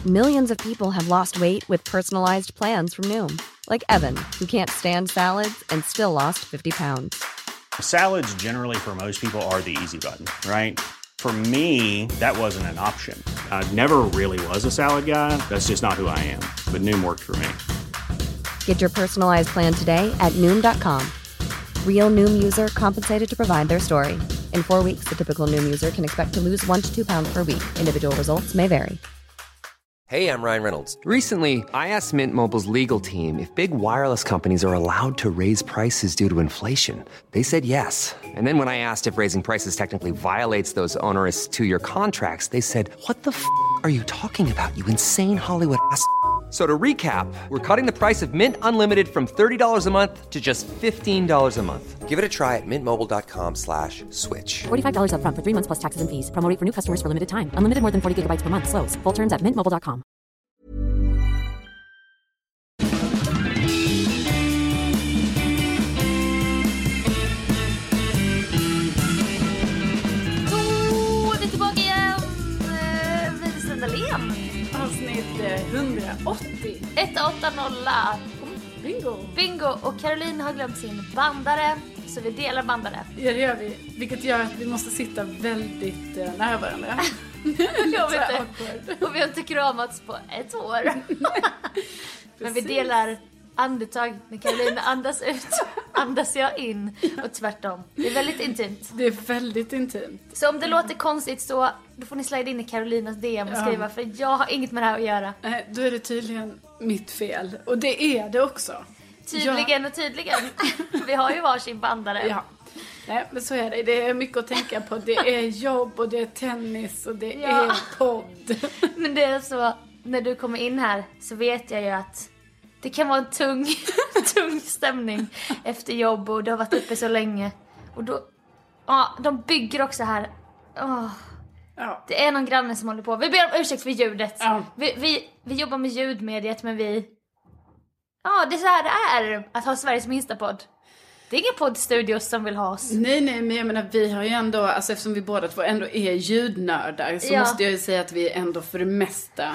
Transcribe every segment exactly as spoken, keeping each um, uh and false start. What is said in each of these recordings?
Millions of people have lost weight with personalized plans from Noom. Like Evan, who can't stand salads and still lost fifty pounds. Salads generally for most people are the easy button, right? For me, that wasn't an option. I never really was a salad guy. That's just not who I am. But Noom worked for me. Get your personalized plan today at Noom dot com. Real Noom user compensated to provide their story. In four weeks, the typical Noom user can expect to lose one to two pounds per week. Individual results may vary. Hey, I'm Ryan Reynolds. Recently, I asked Mint Mobile's legal team if big wireless companies are allowed to raise prices due to inflation. They said yes. And then when I asked if raising prices technically violates those onerous two-year contracts, they said, what the f*** are you talking about, you insane Hollywood ass f- So to recap, we're cutting the price of Mint Unlimited from thirty dollars a month to just fifteen dollars a month. Give it a try at mintmobile.com slash switch. forty-five dollars up front for three months plus taxes and fees. Promo rate for new customers for limited time. Unlimited more than forty gigabytes per month. Slows full terms at mint mobile dot com. Då är vi tillbaka igen. Widerström Dahlén. Avsnitt hundraåttio. ett åtta noll. Bingo. Bingo. Och Caroline har glömt sin bandare. Så vi delar bandare. Ja, det gör vi. Vilket gör att vi måste sitta väldigt eh, nära varandra. Jag vet inte. Och vi har inte kramats på ett år. Men vi delar andetag. När Caroline andas ut, andas jag in. Och tvärtom. Det är väldigt intimt. Det är väldigt intimt. Så om det låter konstigt så då får ni slida in i Carolinas D M och skriva. För jag har inget med det här att göra. Nej, då är det tydligen mitt fel. Och det är det också. Tydligen ja. Och tydligen. Vi har ju varsin bandare. Ja. Nej, men så är det. Det är mycket att tänka på. Det är jobb och det är tennis och det ja. är podd. Men det är så, när du kommer in här så vet jag ju att det kan vara en tung, tung stämning efter jobb och du har varit uppe så länge. Och då, ja, de bygger också här. Åh. Ja. Det är någon granne som håller på. Vi ber om ursäkt för ljudet. Ja. Vi, vi, vi jobbar med ljudmediet men vi... Ja, det är så här det är att ha Sveriges minsta podd. Det är ingen poddstudios som vill ha oss. Nej, nej, men jag menar, vi har ju ändå, alltså eftersom vi båda två ändå är ljudnördar så ja. måste jag ju säga att vi ändå för det mesta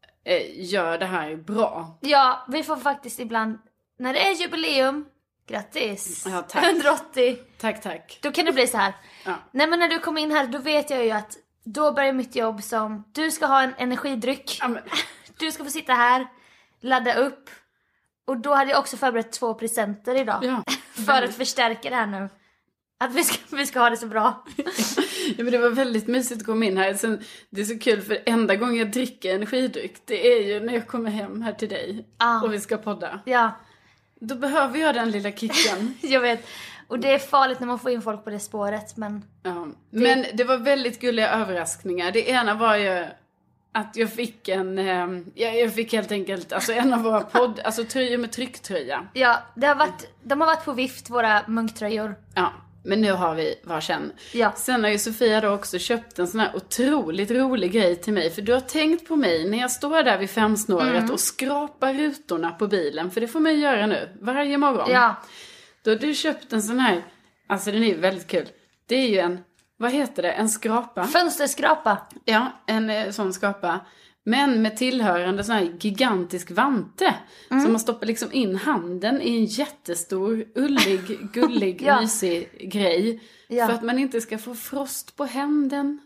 eh, gör det här bra. Ja, vi får faktiskt ibland, när det är jubileum, grattis, ja, tack. hundraåttio. Tack, tack. Då kan det bli så här. Ja. Nej, men när du kommer in här, då vet jag ju att då börjar mitt jobb som, du ska ha en energidryck. Ja, men... Du ska få sitta här, ladda upp. Och då hade jag också förberett två presenter idag. Ja, för att förstärka det här nu. Att vi ska, vi ska ha det så bra. Ja, men det var väldigt mysigt att komma in här. Sen, det är så kul för enda gången jag dricker energidryck, det är ju när jag kommer hem här till dig. Ah. Och vi ska podda. Ja. Då behöver jag den lilla kicken. Jag vet. Och det är farligt när man får in folk på det spåret. Men, ja. men det var väldigt gulliga överraskningar. Det ena var ju... Att jag fick en, eh, jag fick helt enkelt, alltså en av våra podd, alltså tröjor med trycktröja. Ja, det har varit, de har varit på vift, våra munktröjor. Ja, men nu har vi varsin. Ja. Sen har ju Sofia då också köpt en sån här otroligt rolig grej till mig. För du har tänkt på mig när jag står där vid femsnåret mm. och skrapar rutorna på bilen. För det får man göra nu, varje morgon. Ja. Då har du köpt en sån här, alltså den är väldigt kul. Det är ju en... Vad heter det? En skrapa? Fönsterskrapa. Ja, en eh, sån skrapa. Men med tillhörande sån här gigantisk vante. Mm. Så man stoppar liksom in handen i en jättestor, ullig, gullig, ja. mysig grej. Ja. För att man inte ska få frost på händen.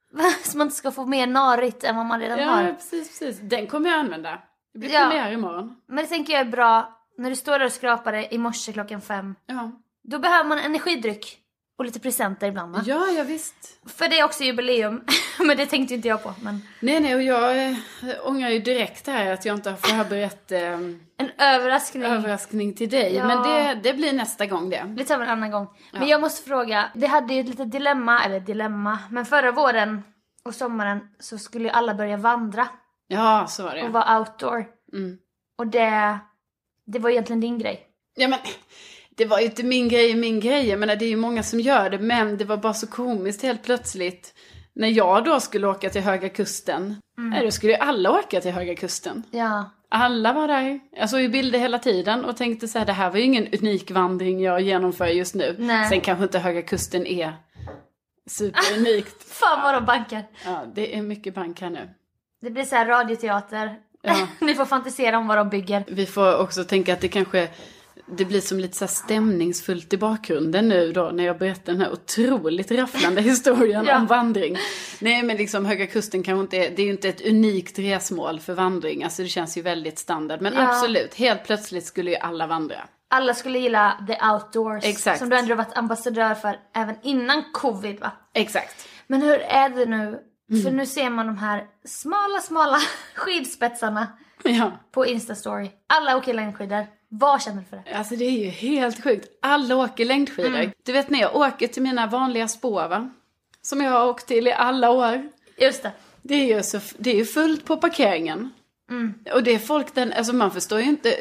Så man inte ska få mer narigt än vad man redan ja, har. Ja, precis, precis. Den kommer jag använda. Det blir ja. premiär imorgon. Men det tänker jag är bra. När du står där och skrapar det i morse klockan fem. Ja. Då behöver man energidryck. Och lite presenter ibland, va? Ja, ja visst. För det är också jubileum. Men det tänkte inte jag på. Men... Nej, nej, och jag äh, ångrar ju direkt här att jag inte har förberett äh, en överraskning. överraskning till dig. Ja. Men det, det blir nästa gång det. Det tar vi en annan gång. Ja. Men jag måste fråga. Vi hade ju ett litet dilemma, eller dilemma. Men förra våren och sommaren så skulle ju alla börja vandra. Ja, så var det. Och vara outdoor. Mm. Och det, det var egentligen din grej. Ja, men... Det var ju inte min grej, min grej. Jag menar, det är ju många som gör det. Men det var bara så komiskt helt plötsligt. När jag då skulle åka till Höga Kusten. Mm. Nej, då skulle ju alla åka till Höga Kusten. Ja. Alla var där. Jag såg ju bilder hela tiden. Och tänkte så här, det här var ju ingen unik vandring jag genomför just nu. Nej. Sen kanske inte Höga Kusten är superunikt. Fan vad de bankar. Ja, det är mycket bank här nu. Det blir så här radioteater. Ja. Ni får fantisera om vad de bygger. Vi får också tänka att det kanske... Det blir som lite så här stämningsfullt i bakgrunden nu då när jag berättar den här otroligt rafflande historien ja. om vandring. Nej, men liksom Höga Kusten kanske inte är, det är ju inte ett unikt resmål för vandring. Alltså det känns ju väldigt standard. Men ja. absolut, helt plötsligt skulle ju alla vandra. Alla skulle gilla the outdoors. Exakt. Som du ändå varit ambassadör för även innan covid, va? Exakt. Men hur är det nu? Mm. För nu ser man de här smala, smala skidspetsarna ja. på Instastory. Alla åker längdskidor. Vad känner du för det? Alltså det är ju helt sjukt. Alla åker längdskidor. Mm. Du vet när jag åker till mina vanliga spår, va? Som jag har åkt till i alla år. Just det. Det är ju, så, det är ju fullt på parkeringen. Mm. Och det är folk, den, alltså man förstår ju inte...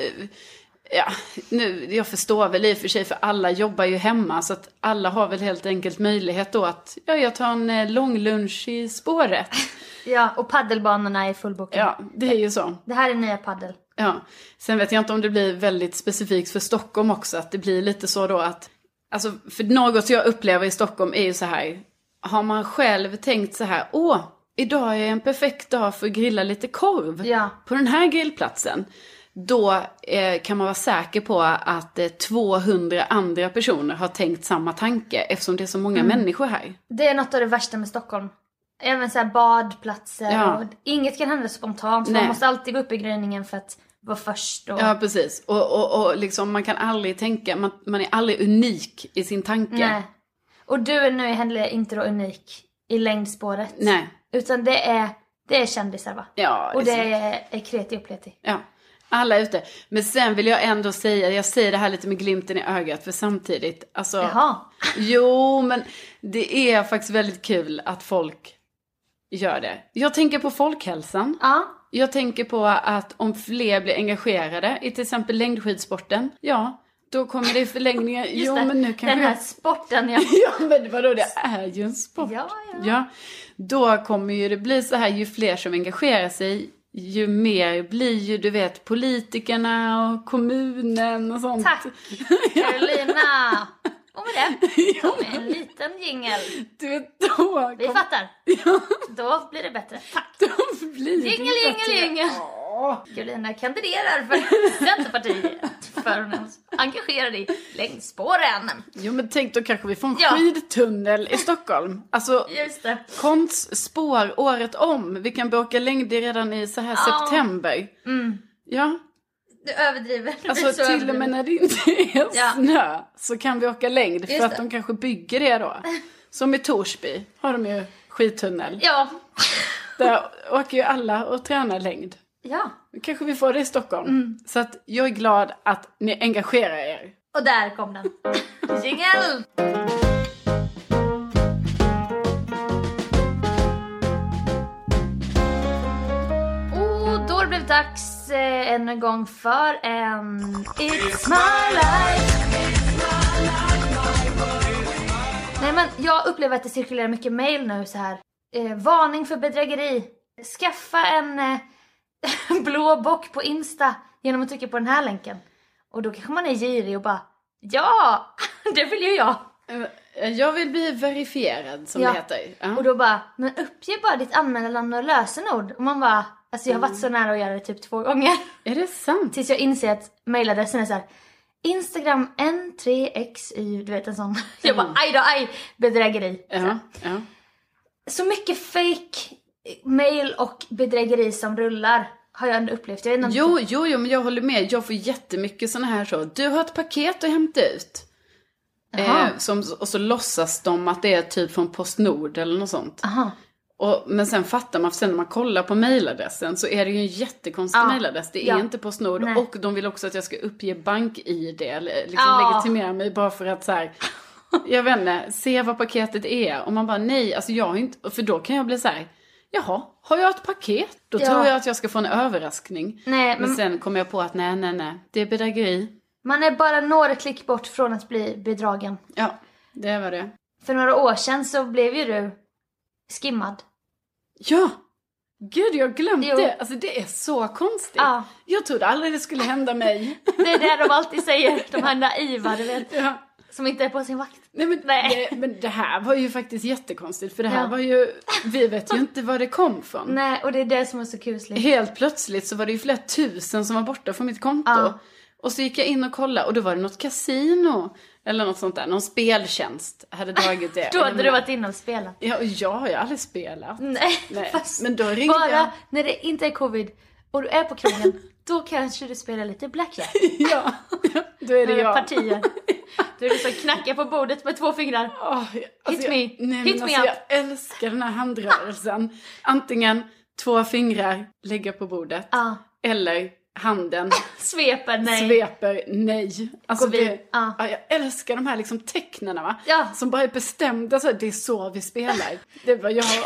Ja, nu, jag förstår väl i och för sig, för alla jobbar ju hemma. Så att alla har väl helt enkelt möjlighet då att... Ja, jag tar en eh, lång lunch i spåret. Ja, och paddelbanorna är fullbokade. Ja, det är ju så. Det här är nya paddel. Ja, sen vet jag inte om det blir väldigt specifikt för Stockholm också. Att det blir lite så då att... Alltså, för något jag upplever i Stockholm är ju så här... Har man själv tänkt så här... Åh, idag är en perfekt dag för att grilla lite korv. Ja. På den här grillplatsen. Då eh, kan man vara säker på att eh, tvåhundra andra personer har tänkt samma tanke. Eftersom det är så många mm. människor här. Det är något av det värsta med Stockholm. Även så här badplatser. Ja. Och inget kan hända spontant. Man måste alltid gå upp i gryningen för att vara först. Och... Ja, precis. Och, och, och liksom, man kan aldrig tänka... Man, man är aldrig unik i sin tanke. Nej. Och du är nu heller inte då unik i längdspåret. Nej. Utan det är, det är kändisar, va? Ja. Och det är, är kreti och pleti. Ja. Alla är ute. Men sen vill jag ändå säga, jag säger det här lite med glimten i ögat, för samtidigt, alltså... Jaha. Jo, men det är faktiskt väldigt kul att folk gör det. Jag tänker på folkhälsan. Ja. Jag tänker på att om fler blir engagerade i till exempel längdskidsporten, ja, då kommer det i förlängningar... Just jo, det, men nu kan den jag... här sporten, ja. ja, men vadå, det är ju en sport. Ja, ja. Ja, då kommer ju det bli så här, ju fler som engagerar sig, ju mer blir ju, du vet, politikerna och kommunen och sånt. Tack, Carolina. Och med det, och med en liten jingel. Du vet, då... Vi kom... fattar. Ja. Då blir det bättre. Tack. Då blir jingel, jingel, jingel. Carolina kandiderar för Centerpartiet. För hon är engagerad i längdspåren. Jo, men tänk då kanske vi får en ja. skidtunnel i Stockholm. Alltså, just det. konstspår året om. Vi kan åka längd redan i så här ja. september. Mm. Ja. Du överdriver. Du alltså till överdriver. Och med när det inte är ja. snö så kan vi åka längd. Just för att det. De kanske bygger det då. Som i Torsby har de ju skidtunnel. Ja. Där åker ju alla och tränar längd. Ja. Kanske vi får det i Stockholm. Mm. Så att jag är glad att ni engagerar er. Och där kom den. Jingle! Och då har det blivit dags eh, än en gång för en It's My Life. Nej, men jag upplever att det cirkulerar mycket mail nu så här. Eh, varning för bedrägeri. Skaffa en... Eh, blå bock på Insta genom att trycka på den här länken. Och då kanske man är girig och bara, ja, det vill ju jag. Jag vill bli verifierad, som ja. det heter. Uh-huh. Och då bara, men uppge bara ditt användarnamn och lösenord. Och man bara, alltså jag har varit så nära att göra det typ två gånger. Är det sant? Tills jag inser att mailadressen är så här, Instagram N tre X Y, du vet en sån. Mm. Jag bara, aj då, aj, bedrägeri. Uh-huh. Uh-huh. Så mycket fake mail och bedrägeri som rullar har jag ändå upplevt. Jag vet inte. Jo, jo, jo, men jag håller med. Jag får jättemycket såna här så. Du har ett paket att hämta ut. Eh, som, och så låtsas de att det är typ från Postnord eller något sånt. Aha. Och, men sen fattar man, för sen när man kollar på mailadressen så är det ju en jättekonstig ja. mailadress. Det är ja. inte Postnord. Nej. Och de vill också att jag ska uppge bank-I D. Liksom ja. legitimera mig bara för att så här... Jag vet inte, se vad paketet är. Och man bara, nej, alltså jag har inte... För då kan jag bli så här... Jaha, har jag ett paket? Då ja. tror jag att jag ska få en överraskning. Nej, men... men sen kommer jag på att nej, nej, nej. Det är bedrägeri. Man är bara några klick bort från att bli bedragen. Ja, det var det. För några år sedan så blev ju du skimmad. Ja! Gud, jag glömde jo. det. Alltså det är så konstigt. Ja. Jag trodde aldrig det skulle hända mig. Det är det de alltid säger. De här naiva, du vet. Ja. som inte är på sin vakt. Nej, men, Nej. Det, men det här var ju faktiskt jättekonstigt. För det här Ja. var ju, vi vet ju inte var det kom från. Nej, och det är det som är så kusligt. Helt plötsligt så var det ju flera tusen som var borta från mitt konto. Ja. Och så gick jag in och kollade och då var det något kasino eller något sånt där. Någon speltjänst hade dragit det. Då hade du varit inne och spelat. Ja, och jag har ju aldrig spelat. Nej, Nej. fast Men då ringde bara jag. när det inte är covid och du är på krogen, då kanske du spelar lite blackjack. Ja, då är det Med jag. partier. Då är det som knackar på bordet med två fingrar. Oh, alltså Hit me. Jag, nej, Hit men me alltså up. jag älskar den här handrörelsen. Antingen två fingrar lägga på bordet. Ja. Eller handen Sveper, nej. sveper nej. Alltså Gå vid. det, Ja. ja, jag älskar de här liksom tecknarna va? Ja. Som bara är bestämda så det är så vi spelar. Det var jag.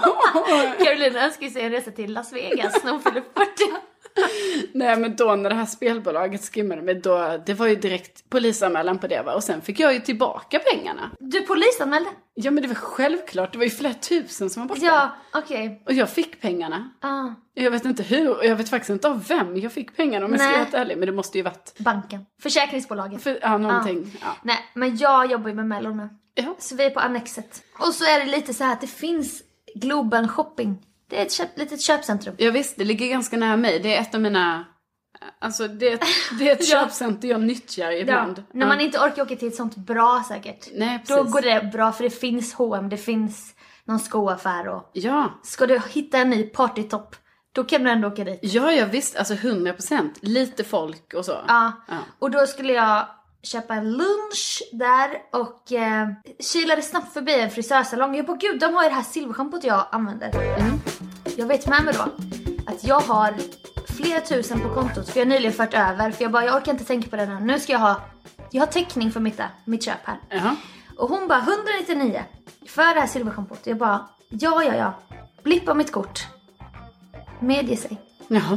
Carolina önskar sig en resa till Las Vegas när hon fyller fyrtio. Nej men då när det här spelbolaget skimmade mig då, det var ju direkt polisanmälan på det va? Och sen fick jag ju tillbaka pengarna. Du polisanmälde? Ja men det var självklart, det var ju flera tusen som var borta. Ja, okej. Okay. Och jag fick pengarna. Ah. Jag vet inte hur, och jag vet faktiskt inte av vem jag fick pengarna om jag ska Nej. vara helt ärlig. Men det måste ju varit Banken. Försäkringsbolaget. för, ja, någonting. Ja. Nej, men jag jobbar ju med Mellon nu. Ja. Så vi är på Annexet. Och så är det lite så här att det finns Globen Shopping. Det är ett köp, litet köpcentrum. Jag visst, det ligger ganska nära mig. Det är ett av mina... Alltså det är ett, det är ett Ja. köpcenter jag nyttjar ibland. Ja, när man inte orkar åka till ett sånt bra säkert. Nej, precis. Då går det bra för det finns H och M, det finns någon skoaffär och... Ja. Ska du hitta en ny partytopp, då kan du ändå åka dit. Ja, jag visst. Alltså hundra procent. Lite folk och så. Ja. Ja. Och då skulle jag köpa en lunch där och eh, kilade snabbt förbi en frisörsalong. Jag bara, gud, de har ju det här silverschampot jag använder. Mm. Jag vet med mig då att jag har flera tusen på kontot för jag har nyligen fört över. För jag bara, jag orkar inte tänka på det nu. Nu ska jag ha, jag har täckning för mitt, där, mitt köp här. Jaha. Och hon bara, etthundranittionio för det här silverschampot. Jag bara, ja, ja, ja. Blippa mitt kort. Medge sig. Jaha.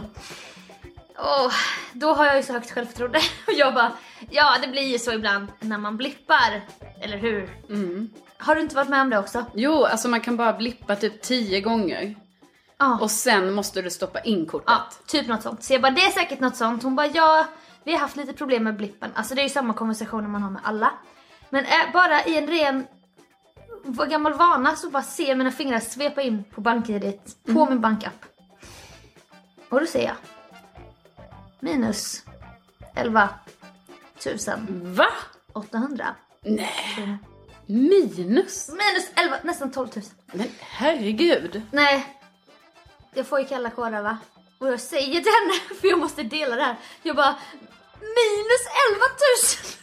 Och då har jag ju så högt självförtroende. Och jag bara, ja det blir ju så ibland när man blippar. Eller hur? Mm. Har du inte varit med om det också? Jo, alltså man kan bara blippa typ tio gånger. Ja. Och sen måste du stoppa in kortet. Ja, typ något sånt. Så jag bara, det är säkert något sånt. Hon bara, ja, vi har haft lite problem med blippen. Alltså det är ju samma konversationer man har med alla. Men äh, bara i en ren vad gammal vana så bara ser mina fingrar svepa in på bank-idet. På Mm. min bankapp. Och då ser jag minus elva tusen Va? åttahundra. Nej. Minus? Minus elva, nästan tolv tusen. Men herregud. Nej, jag får ju kalla kårar va? Och jag säger till henne, för jag måste dela det här. Jag bara, minus elva tusen.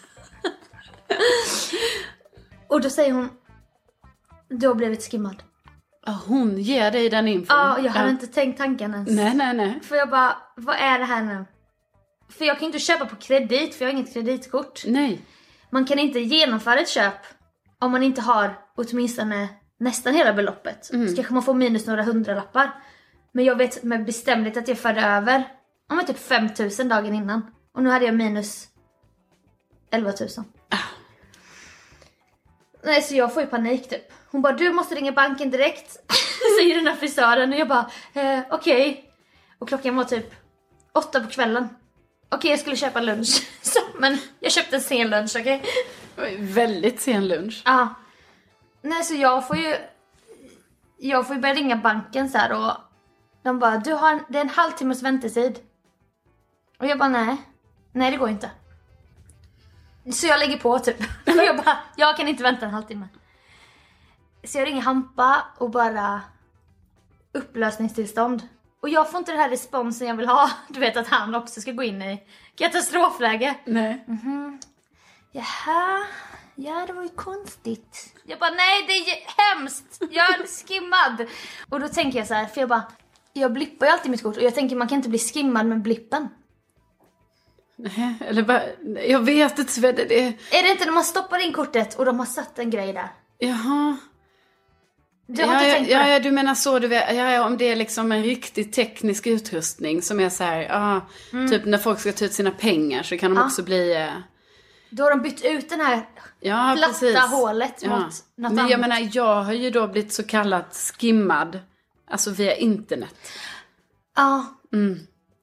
Och då säger hon, du har blivit skimmad. Ja, hon ger dig den infon. Ja, jag hade inte tänkt tanken ens. Nej, nej, nej. För jag bara, vad är det här nu? För jag kan inte köpa på kredit, för jag har inget kreditkort. Nej. Man kan inte genomföra ett köp om man inte har åtminstone nästan hela beloppet. Mm. Så kanske man får minus några hundralappar. Men jag vet med bestämdhet att jag förde över om jag typ fem tusen dagen innan. Och nu hade jag minus elva tusen. Ah. Nej, så jag får ju panik typ. Hon bara, du måste ringa banken direkt. Säger den här frisören. Och jag bara, eh, okej. Okay. Och klockan var typ åtta på kvällen. Okej, okay, jag skulle köpa lunch. Så, men jag köpte en sen lunch, okej? Okay? Väldigt sen lunch. Ja. Nej, så jag får ju... Jag får ju börja ringa banken så här och... De bara, du har en, det är en halvtimmes väntetid. Och jag bara, nej. Nej, det går inte. Så jag lägger på typ. Och jag bara, jag kan inte vänta en halvtimme. Så jag ringer Hampa och bara... Upplösningstillstånd. Och jag får inte den här responsen jag vill ha. Du vet att han också ska gå in i katastrofläge. Nej. Mhm. Jaha. Ja, det var ju konstigt. Jag bara, nej det är hemskt. Jag är skimmad. Och då tänker jag så här, för jag bara, jag blippar ju alltid mitt kort. Och jag tänker, man kan inte bli skimmad med blippen. Nej, eller bara, jag vet inte så det, det... Är det inte när man stoppar in kortet och de har satt en grej där? Jaha. Du har ja, inte ja, tänkt på ja, det? ja, du menar så, du vet, ja, ja, om det är liksom en riktigt teknisk utrustning som är så här, ja, mm. typ när folk ska ta ut sina pengar så kan de ja. också bli... Eh... Då har de bytt ut den här ja, platta precis. hålet ja. mot något Men annat. jag menar, jag har ju då blivit så kallat skimmad, alltså via internet. Ja. Mm.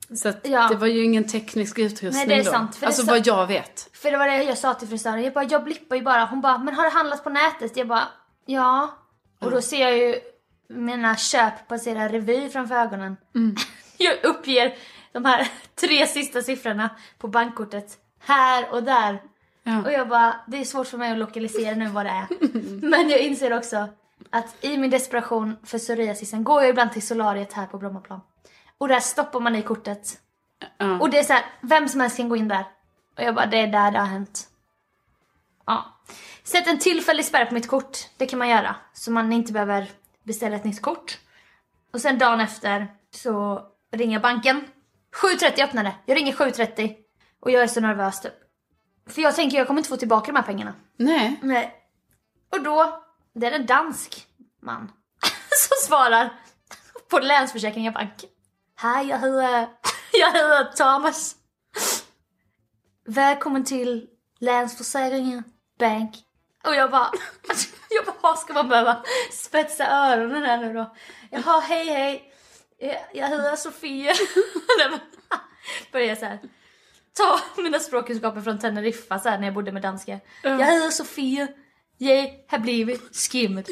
Så att Ja. det var ju ingen teknisk utrustning. Nej, det är då. sant, för det Alltså sa- vad jag vet. För det var det jag sa till frisören. Jag bara, jag blippar ju bara. Hon bara, men har du handlat på nätet? Jag bara, ja. Och då ser jag ju mina köp passera revy framför ögonen. Mm. Jag uppger de här tre sista siffrorna på bankkortet. Här och där. Ja. Och jag bara, det är svårt för mig att lokalisera nu vad det är. Men jag inser också att i min desperation för psoriasisen går jag ibland till solariet här på Brommaplan. Och där stoppar man i kortet. Ja. Och det är så här, vem som helst kan gå in där. Och jag bara, det är där det har hänt. Ja. Sätt en tillfällig spärr på mitt kort. Det kan man göra. Så man inte behöver beställa ett nytt kort. Och sen dagen efter så ringer banken. sju trettio öppnade. Jag ringer sju trettio. Och jag är så nervös typ. För jag tänker jag kommer inte få tillbaka de här pengarna. Nej. Nej. Och då, det är en dansk man som svarar på Länsförsäkringar Bank. Hej, jag heter, jag heter Thomas. Välkommen till Länsförsäkringar Bank. Och jag bara, jag bara, ska man behöva spetsa öronen här nu då? Jaha, hej hej. Jag, jag heter Sofia. Börjar så här. Ta mina språkkunskaper från Teneriffa så här, när jag bodde med danska. Jag heter Sofia. Jag har blivit skimmad.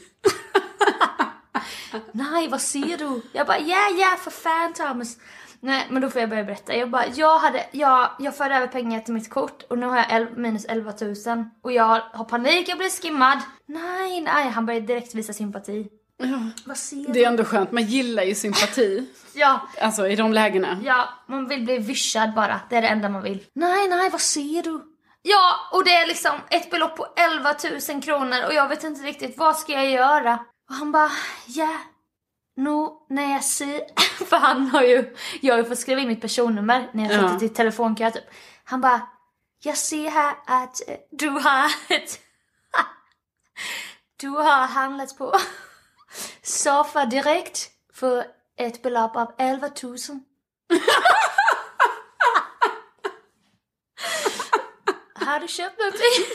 Nej, vad ser du? Jag bara, ja, ja, för fan Thomas. Nej, men då får jag börja berätta. Jag bara, jag hade, jag, jag förde över pengar till mitt kort. Och nu har jag el- minus elva tusen. Och jag har panik, jag blir skimmad. Nej, nej, han började direkt visa sympati. Ja. Vad ser Det du? är ändå skönt, man gillar ju sympati. Ja, Alltså i de lägena. ja, man vill bli vishad bara. Det är det enda man vill. Nej, nej, vad ser du? Ja, och det är liksom ett belopp på elva tusen kronor. Och jag vet inte riktigt, vad ska jag göra? Och han bara, ja, nu när jag ser... För han har ju, jag har ju fått skriva in mitt personnummer när jag Ja. satt i telefonkö typ. Han bara, jag ser här att eh, du har ett... Du har handlat på Soffa direkt för ett belopp av elva tusen. Har du köpt någonting?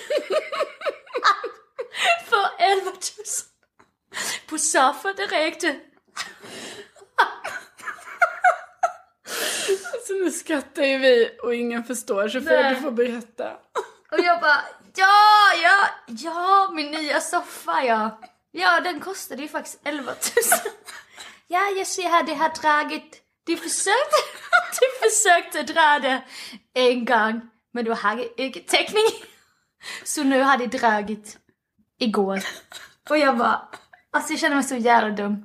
För elva tusen. På Soffa direkt. Så nu skrattar ju vi och ingen förstår, så får Nej. du få berätta. Och jag bara, ja, ja, ja, min nya soffa, ja. Ja, den kostade ju faktiskt elva tusen. Ja, jag ser här, det har dragit. Du försökte, du försökte dra det en gång, men du hade inte täckning. Så nu har det dragit igår. Och jag bara, alltså jag känner mig så jävla dum.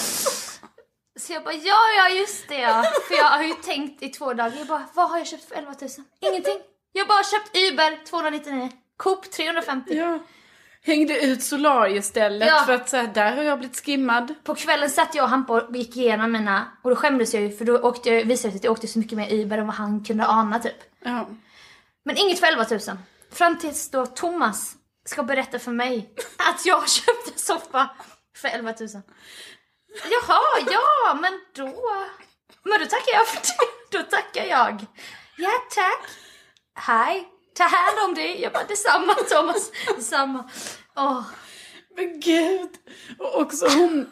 Så jag bara, ja, ja, just det, ja. För jag har ju tänkt i två dagar. Jag bara, vad har jag köpt för elva tusen? Ingenting. Jag har bara köpt Uber tvåhundranittionio. Coop trehundrafemtio. Ja. Hängde ut solariestället Ja. för att så här, där har jag blivit skimmad. På kvällen satt jag och Hampa och gick igenom mina. Och då skämdes jag ju, för då åkte jag, visade att jag åkte så mycket mer Uber än vad han kunde ana typ. Ja. Men inget för elva tusen. Fram tills då Thomas ska berätta för mig att jag köpte en soffa för elva tusen. Jaha, ja, men då... Men då tackar jag för det. Då tackar jag. Ja, tack. Hej. Ta hand om det. Jag bara, detsamma Thomas. Detsamma. Åh. Men gud. Och också hon,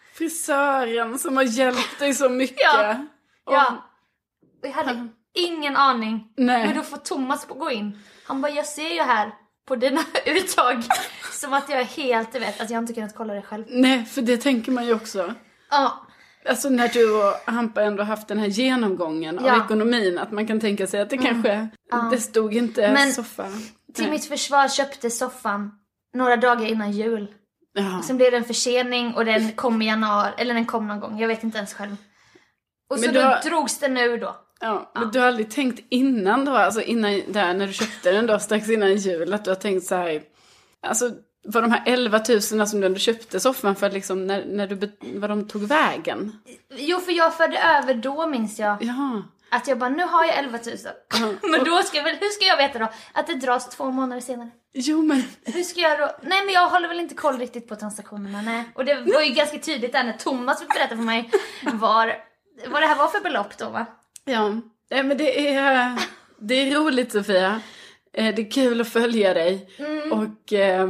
frisören som har hjälpt dig så mycket. Ja. Och- Ja. Och jag hade ingen aning. Nej. Men då får Thomas gå in. Han bara, jag ser ju här på dina uttag som att jag är helt, du vet, att jag inte kunnat kolla det själv. Nej, för det tänker man ju också. Ja. Alltså när du och Hampa ändå haft den här genomgången Ja. av ekonomin, att man kan tänka sig att det kanske, det stod inte Men soffa. Till Nej. mitt försvar köpte soffan några dagar innan jul. Ja. Sen blev det en försening och den kom i januari, eller den kom någon gång, jag vet inte ens själv. Och så Men då du har- drogs det nu då. Ja, men du har aldrig tänkt innan då, alltså innan där när du köpte den då strax innan jul, att du har tänkt så här, alltså var de här elva tusen som du ändå köpte soffan för liksom när, när du, be- vad de tog vägen? Jo, för jag förde över då, minns jag. Ja. Att jag bara, nu har jag elva tusen. Men då ska jag väl, hur ska jag veta då? Att det dras två månader senare. Jo men, Hur ska jag då? Nej, men jag håller väl inte koll riktigt på transaktionerna, nej. Och det var ju ganska tydligt där när Thomas fick berätta för mig var, vad det här var för belopp då, va? ja, nej men det är, det är roligt Sofia. Eh, Det är kul att följa dig. Mm. Och eh,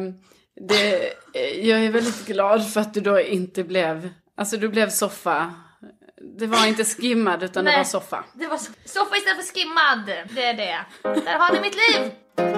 det, eh, jag är väldigt glad för att du då inte blev, alltså du blev soffa Det var inte skimmad utan Nej, det var soffa. Det var so- soffa istället för skimmad. Det är det. Där har ni mitt liv.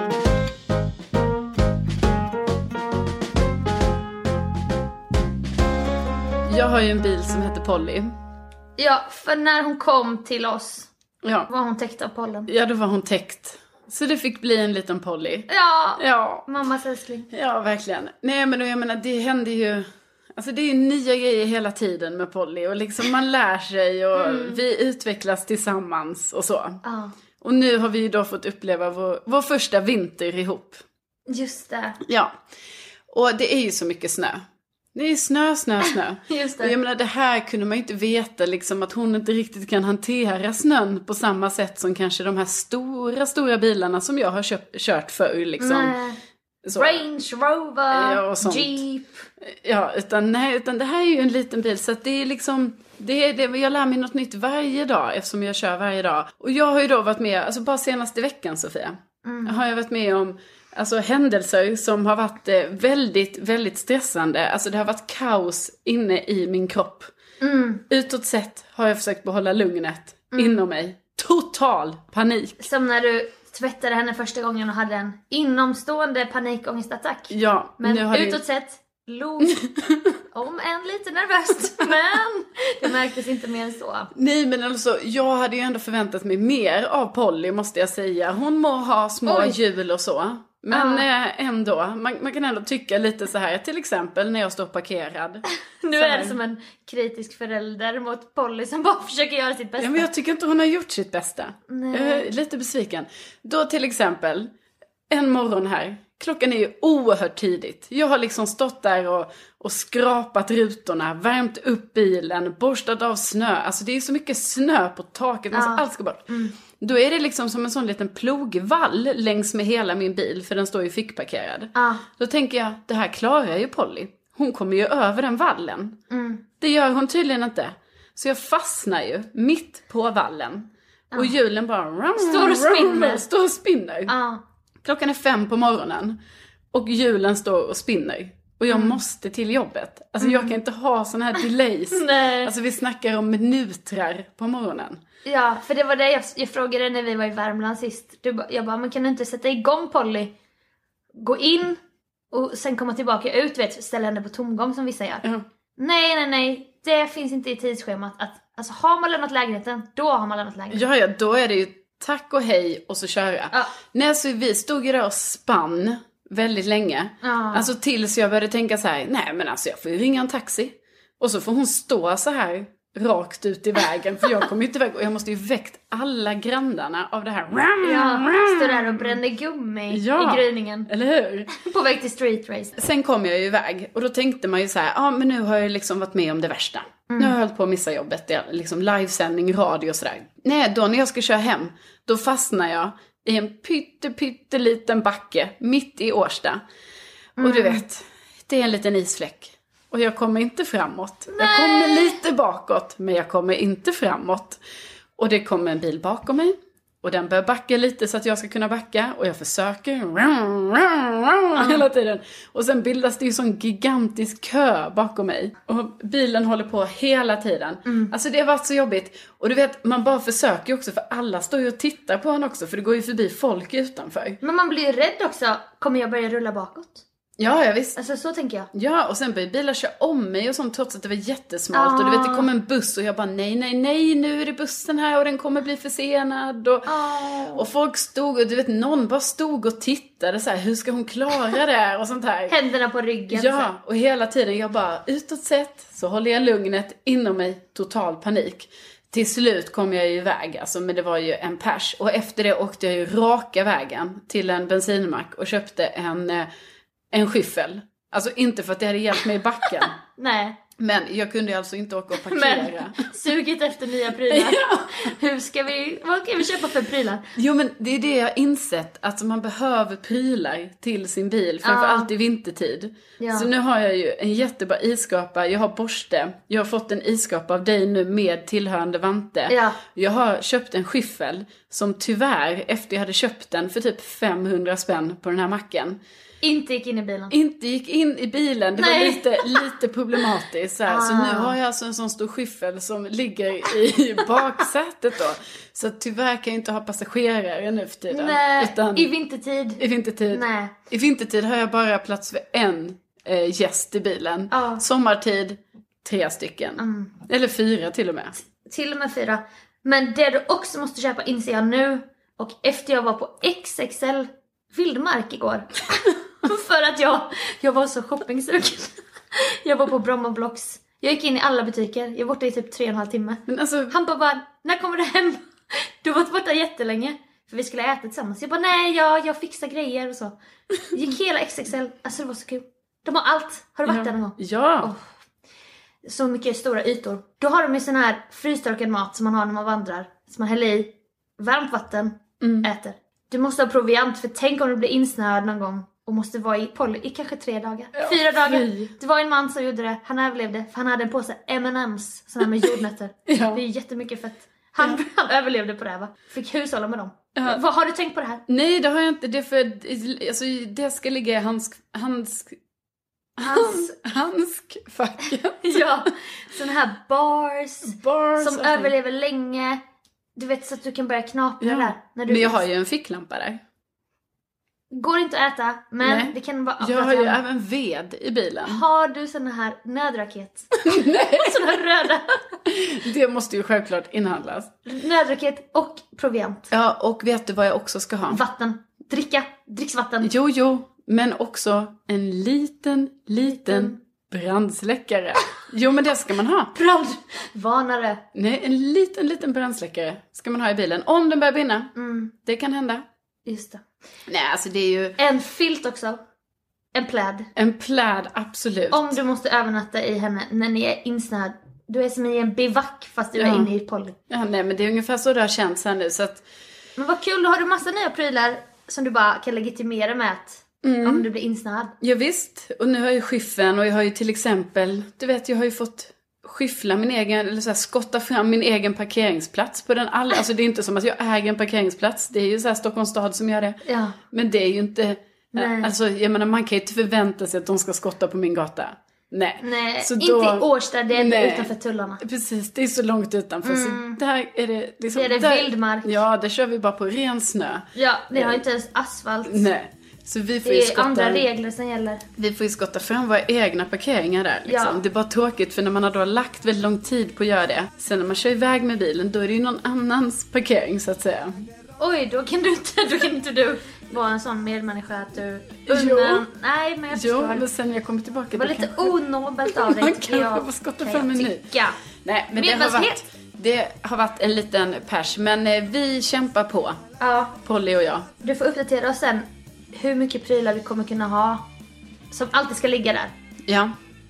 Jag har ju en bil som heter Polly. Ja, för när hon kom till oss Ja. var hon täckt av pollen. Ja, då var hon täckt. Så det fick bli en liten Polly. Ja, Ja, mammas älskling. ja verkligen. Nej, men då, jag menar, det händer ju... Alltså det är ju nya grejer hela tiden med Polly. Och liksom man lär sig och mm. vi utvecklas tillsammans och så. Ja. Och nu har vi ju då fått uppleva vår, vår första vinter ihop. Just det. Ja. Och det är ju så mycket snö. Det är snö, snö, snö. Just det. Och jag menar, det här kunde man ju inte veta liksom, att hon inte riktigt kan hantera snön på samma sätt som kanske de här stora, stora bilarna som jag har köpt, kört förr liksom. Så. Range Rover, Ja, och sånt. Jeep. Ja, utan, nej, utan det här är ju en liten bil. Så att det är liksom, det är det, jag lär mig något nytt varje dag eftersom jag kör varje dag. Och jag har ju då varit med, alltså bara senaste veckan Sofia, mm. har jag varit med om alltså händelser som har varit eh, väldigt, väldigt stressande. Alltså det har varit kaos inne i min kropp. Mm. Utåt sett har jag försökt behålla lugnet mm. inom mig. Total panik. Som när du tvättade henne första gången och hade en inomstående panikångestattack. Ja, men nu har utåt det... sett log om en lite nervöst. Men det märktes inte mer än så. Nej, men alltså jag hade ju ändå förväntat mig mer av Polly, måste jag säga. Hon må ha små Oj. hjul och så. Men Ah. eh, ändå, man, man kan ändå tycka lite så här, till exempel när jag står parkerad. Nu så är här. det som en kritisk förälder mot Polly som bara försöker göra sitt bästa. Ja, men jag tycker inte hon har gjort sitt bästa. Nej. Jag är lite besviken. Då till exempel, en morgon här. Klockan är ju oerhört tidigt. Jag har liksom stått där och, och skrapat rutorna, värmt upp bilen, borstat av snö. Alltså det är så mycket snö på taket, alltså Ja. allt ska bort. Mm. Då är det liksom som en sån liten plogvall längs med hela min bil, för den står ju fickparkerad. Ja. Då tänker jag, det här klarar ju Polly. Hon kommer ju över den vallen. Mm. Det gör hon tydligen inte. Så jag fastnar ju mitt på vallen. Ja. Och hjulen bara... Står och spinner. Står och spinner. Ja. Klockan är fem på morgonen. Och hjulen står och spinner. Och jag mm. måste till jobbet. Alltså mm. jag kan inte ha såna här delays. Nej. Alltså vi snackar om minutrar på morgonen. Ja, för det var det jag, jag frågade när vi var i Värmland sist. Du, ba- jag bara, men kan du inte sätta igång Polly? Gå in och sen komma tillbaka ut, vet, ställa henne på tomgång som vissa gör. Ja. Nej, nej, nej. Det finns inte i tidsschemat. Att, alltså har man lämnat lägenheten, då har man lämnat lägenheten. Ja, ja, då är det ju tack och hej och så köra. Ja. Nej, så vi stod ju där och spann väldigt länge. Ja. Alltså tills jag började tänka så här, nej men alltså jag får ju ringa en taxi. Och så får hon stå så här rakt ut i vägen, för jag kommer ju inte iväg. Och jag måste ju väckt alla grannarna av det här. Ja, står där och bränner gummi Ja, i gryningen. eller hur? På väg till street race. Sen kom jag ju iväg och då tänkte man ju så här, ja ah, men nu har jag liksom varit med om det värsta. Mm. Nu har jag hållit på att missa jobbet, det är liksom livesändning, radio och sådär. Nej, då när jag ska köra hem, då fastnar jag i en pytte pytte liten backe mitt i Årsta. Mm. Och du vet, det är en liten isfläck. Och jag kommer inte framåt. Nej. Jag kommer lite bakåt, men jag kommer inte framåt. Och det kommer en bil bakom mig. Och den börjar backa lite så att jag ska kunna backa. Och jag försöker. Mm. Hela tiden. Och sen bildas det ju sån gigantisk kö bakom mig. Och bilen håller på hela tiden. Mm. Alltså det har varit så jobbigt. Och du vet, man bara försöker också. För alla står ju och tittar på en också. För det går ju förbi folk utanför. Men man blir ju rädd också. Kommer jag börja rulla bakåt? Ja, ja visst. Alltså så tänker jag. Ja, och sen började bilar köra om mig och sånt, trots att det var jättesmalt. Ah. Och du vet, det kom en buss och jag bara, nej, nej, nej, nu är det bussen här och den kommer bli försenad. Och, ah. och folk stod, och du vet, någon bara stod och tittade så här, hur ska hon klara det och sånt här. Händerna på ryggen. Ja, och hela tiden jag bara, utåt sett så håller jag lugnet, inom mig total panik. Till slut kom jag ju iväg, alltså, men det var ju en pers. Och efter det åkte jag ju raka vägen till en bensinmack och köpte en... En skyffel. Alltså inte för att det hade hjälpt mig i backen. Nej. Men jag kunde alltså inte åka och parkera. Men sugit efter nya prylar. Ja. Hur ska vi, vad ska vi köpa för prylar? Jo, men det är det jag har insett. Att man behöver prylar till sin bil. Framförallt ja. i vintertid. Ja. Så nu har jag ju en jättebra iskapa. Jag har borste. Jag har fått en iskapa av dig nu med tillhörande vante. Ja. Jag har köpt en skyffel. Som tyvärr, efter jag hade köpt den för typ femhundra spänn på den här macken. Inte gick in i bilen. Inte gick in i bilen. Det Nej. var lite, lite problematiskt. Så, här. Ah. Så nu har jag alltså en sån stor skyffel som ligger i baksätet då. Så tyvärr kan jag inte ha passagerare nu för tiden. Nej, utan i vintertid. I vintertid. Nej. I vintertid har jag bara plats för en eh, gäst i bilen. Ja. Sommartid, tre stycken. Mm. Eller fyra till och med. Till och med fyra. Men det du också måste köpa inser jag nu. Och efter jag var på X X L Vildmark igår. För att jag, jag var så shoppingsugen. Jag var på Bromma Blocks. Jag gick in i alla butiker. Jag var borta i typ tre och en halv timme. Men alltså, Han bara, bara, när kommer du hem? Du var borta jättelänge. För vi skulle äta tillsammans. Jag bara, nej, jag, jag fixar grejer och så. Gick hela X X L. Alltså det var så kul. De har allt. Har du varit ja. där någon gång? Ja. Oh. Så mycket stora ytor. Då har de ju sån här frystorkad mat som man har när man vandrar. Som man häller i varmt vatten, Mm. äter. Du måste ha proviant, för tänk om du blir insnöad någon gång och måste vara i poly i kanske tre dagar. Ja, Fyra dagar. fy. Det var en man som gjorde det. Han överlevde för han hade en påse M and M's såna här med jordnötter. Ja. Det är jättemycket fett. Han, ja. han överlevde på det här, va? Fick hushålla med dem. Ja. Vad har du tänkt på det här? Nej, det har jag inte. Det är för alltså, det ska ligga i handsk... handsk Hans, handskfacket. ja, såna här bars, Bars som och- överlever länge. Du vet, så att du kan börja knapra Ja. där. När du Men jag har ju en ficklampa där. Går inte att äta, men Nej. det kan vara... Jag har ju även ved i bilen. Har du såna här nödraket? Nej, Såna här röda. det måste ju självklart inhandlas. Nödraket och proviant. Ja, och vet du vad jag också ska ha? Vatten. Dricka. Dricksvatten. Jo, jo, men också en liten, liten brandsläckare. Jo, men det ska man ha. Brandvarnare. Nej, en liten, liten brandsläckare ska man ha i bilen. Om den börjar brinna. Mm, Det kan hända. just det. Nej, alltså det är ju En filt också. En pläd. en pläd, absolut. Om du måste övernatta i henne när ni är insnöad. Du är som i en bivack fast du Ja. är inne i poly. Ja, nej, men det är ungefär så det har känts här nu. Så att, Men vad kul, då har du massa nya prylar som du bara kan legitimera med att Mm. om du blir insnöad. ja, visst. Och nu har jag ju skyffen och jag har ju till exempel, du vet, jag har ju fått skyffla min egen, eller så här, skotta fram min egen parkeringsplats på den alla. Alltså det är inte som att jag äger en parkeringsplats. Det är ju så här Stockholms stad som gör det. Ja. Men det är ju inte, Nej. alltså jag menar, man kan ju inte förvänta sig att de ska skotta på min gata. Nej. Nej, Så inte då- i Årsta, det är Nej. utanför tullarna. Precis, det är så långt utanför. Så där är det liksom, Det är det där, vildmark. Ja, där kör vi bara på ren snö. Ja, ni har inte ens asfalt. Nej. Så vi får ju Det är skotta, andra regler som gäller. vi får ju skotta fram våra egna parkeringar där liksom. Ja. Det är bara tråkigt för när man har då lagt väldigt lång tid på att göra det. Sen när man kör iväg med bilen, då är det ju någon annans parkering så att säga. Oj, då kan du inte, då kan inte du vara en sån medmänniska att du Jo. undan... Nej, men jag Jo, förstår. men sen när jag kommer tillbaka... Det var då lite kanske- onobelt av dig, Man tycker kanske jag. får skotta kan fram jag en ny. tycka. Nej, men det har, varit, Medmänsklighet. det har varit en liten pers. Men eh, vi kämpar på, Ja, Polly och jag. du får uppdatera oss sen hur mycket prylar vi kommer kunna ha. Som alltid ska ligga där. Ja,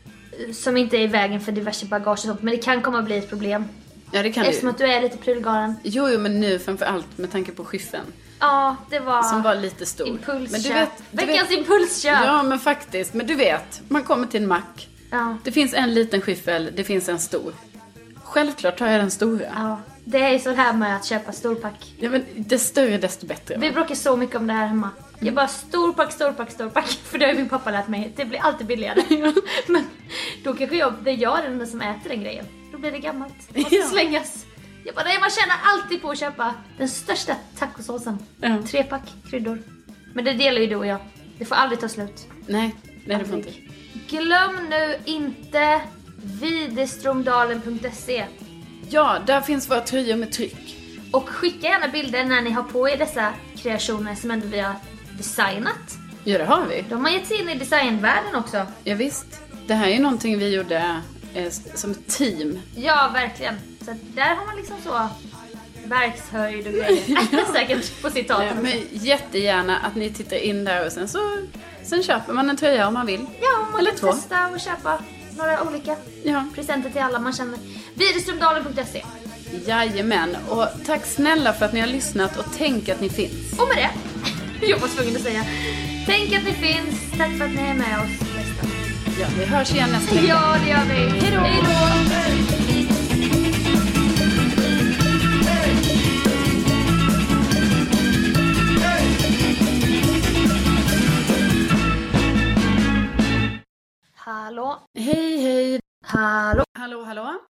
Som inte är i vägen för diverse bagage och sånt. Men det kan komma att bli ett problem. ja det kan det Eftersom ju. att du är lite prylgalen. Jo, jo, men nu framför allt med tanke på skyffen. Ja, det var... Som var lite stor. Impulsköp. Men du vet, du Veckans vet, impulsköp. ja, men faktiskt. Men du vet, man kommer till en mack. Ja. Det finns en liten skyffel, det finns en stor. Självklart tar jag den stora. Ja, det är så här med att köpa storpack. Ja, men desto större desto bättre. Vi bråkar så mycket om det här hemma. Jag bara storpack, storpack, storpack. För det har ju min pappa lärt mig. Det blir alltid billigare. Men då kanske jag, det är jag den enda som äter den grejen. Då blir det gammalt. Det måste Ja. slängas. Jag bara, nej, man tjänar alltid på att köpa den största tacosåsen. Ja. Trepack kryddor. Men det delar ju du och jag. Det får aldrig ta slut. Nej, nej det får inte. Glöm nu inte videstromdalen punkt se. Ja, där finns våra tröjor med tryck. Och skicka gärna bilder när ni har på er dessa kreationer som ändå vi har designat. Ja, det har vi. De har gett sig in i designvärlden också. Ja, visst. Det här är ju någonting vi gjorde eh, som ett team. Ja, verkligen. Så att där har man liksom så verkshöjd och grejer. Säkert på citat. Ja, men jättegärna att ni tittar in där och sen så sen köper man en tröja om man vill. Ja, man Eller kan två. testa och köpa några olika Ja, presenter till alla man känner. videstromdalen punkt se. jajamän. Och tack snälla för att ni har lyssnat och tänk att ni finns. Och med det, jag var tvungen att säga, tänk att ni finns. Tack för att ni är med oss nästa. Ja, vi hörs igen nästa vecka. Ja, det gör vi. Hej då! Hej då! Ja. Hej, hej. Hallå. Hallå, hallå.